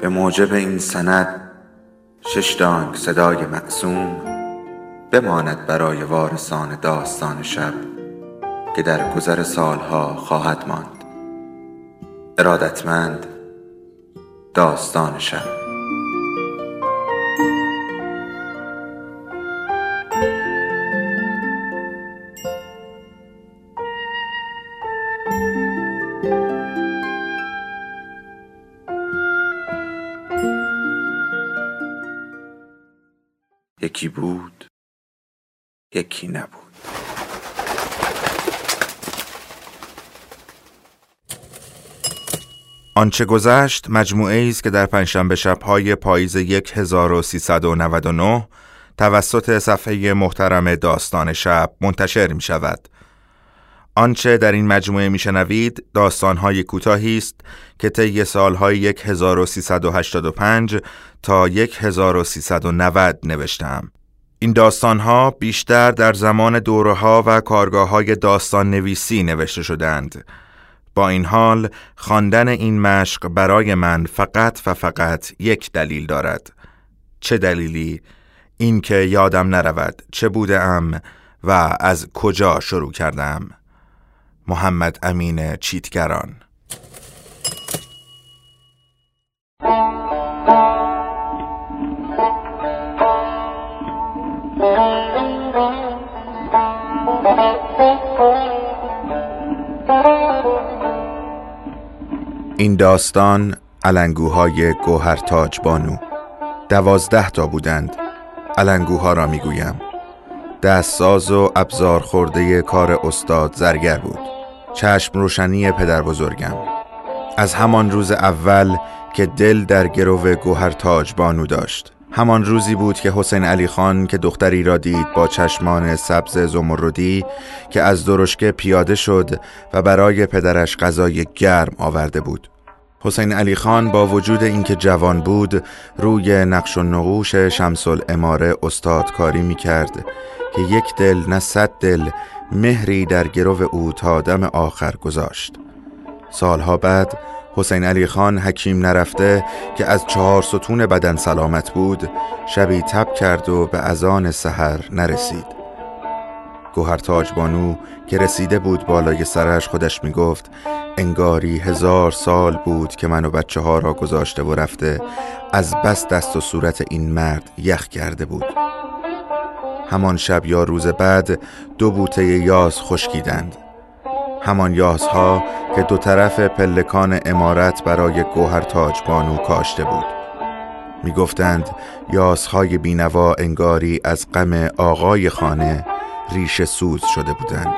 به موجب این سند 6 دانگ صدای معصوم بماند برای وارثان داستان شب که در گذر سالها خواهد ماند. ارادتمند، داستان شب. یکی بود، یکی نبود. آنچه گذشت مجموعه‌ای است که در پنجشنبه شب‌های پاییز 1399 توسط صفحه محترم داستان شب منتشر می‌شود. آنچه در این مجموعه میشنوید داستان‌های کوتاهی است که طی سال‌های 1385 تا 1390 نوشتم. این داستان‌ها بیشتر در زمان دوره‌ها و کارگاه‌های داستان نویسی نوشته شدند. با این حال خواندن این مشق برای من فقط یک دلیل دارد. چه دلیلی؟ این که یادم نرود چه بودم و از کجا شروع کردم. محمد امین چیتگران. این داستان علنگوهای گوهرتاج بانو. 12 تا بودند. علنگوها را میگویم. دستساز و ابزار خورده کار استاد زرگر بود. چشم روشنی پدر بزرگم. از همان روز اول که دل در گرو گوهرتاج بانو داشت. همان روزی بود که حسین علی خان که دختری را دید با چشمان سبز زمردی که از درشکه پیاده شد و برای پدرش غذای گرم آورده بود. حسین علی خان با وجود اینکه جوان بود روی نقش و نقوش شمس العماره استاد کاری می کرد که یک دل نه 100 دل مهری در گرو او تا دم آخر گذاشت. سالها بعد حسین علی خان حکیم نرفته که از 4 ستون بدن سلامت بود شبی تب کرد و به اذان سحر نرسید. گوهرتاج بانو که رسیده بود بالای سرش خودش می گفت انگاری 1000 سال بود که من و بچه ها را گذاشته و رفته، از بس دست و صورت این مرد یخ کرده بود. همان شب یا روز بعد 2 بوته یاس خشکیدند. همان یاسها که 2 طرف پلکان عمارت برای گوهرتاج بانو کاشته بود. می گفتند یاسهای بینوا انگاری از غم آقای خانه ریشه سوز شده بودند.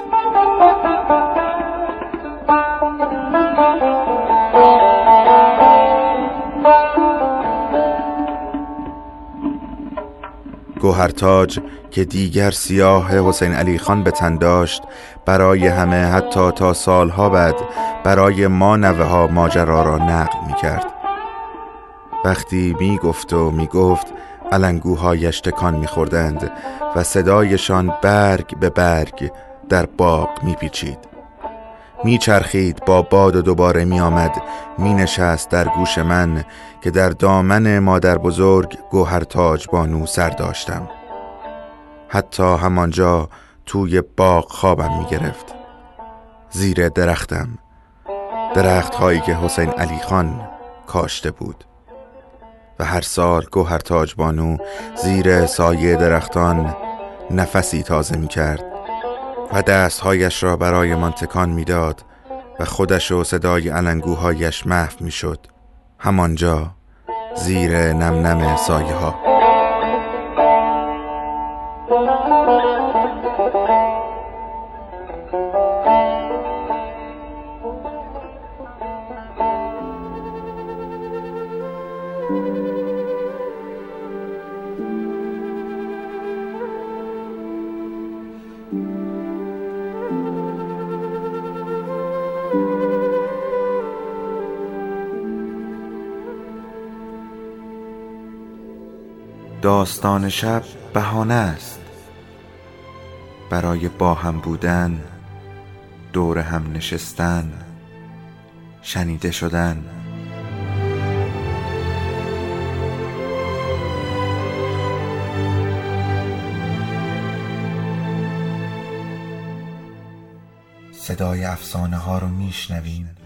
گوهرتاج که دیگر سیاه حسین علی خان به تن داشت برای همه حتی تا سالها بعد برای ما نوه ها ماجرا را نقل می کرد. وقتی می گفت علنگوهایش تکان می خوردند و صدایشان برگ به برگ در باغ می پیچید. می چرخید با باد و دوباره می آمد، می نشست در گوش من که در دامن مادر بزرگ گوهرتاج بانو سر داشتم. حتی همانجا توی باغ خوابم می گرفت. زیر درختم، درخت هایی که حسین علی خان کاشته بود. و هر سال گوهرتاج بانو زیر سایه درختان نفسی تازه می کرد و دستهایش را برای من تکان می داد و خودش و صدای علنگوهایش محو می شد. همانجا زیر نم نم سایه ها. داستان شب بهانه است برای با هم بودن، دور هم نشستن، شنیده شدن. صدای افسانه ها رو میشنویم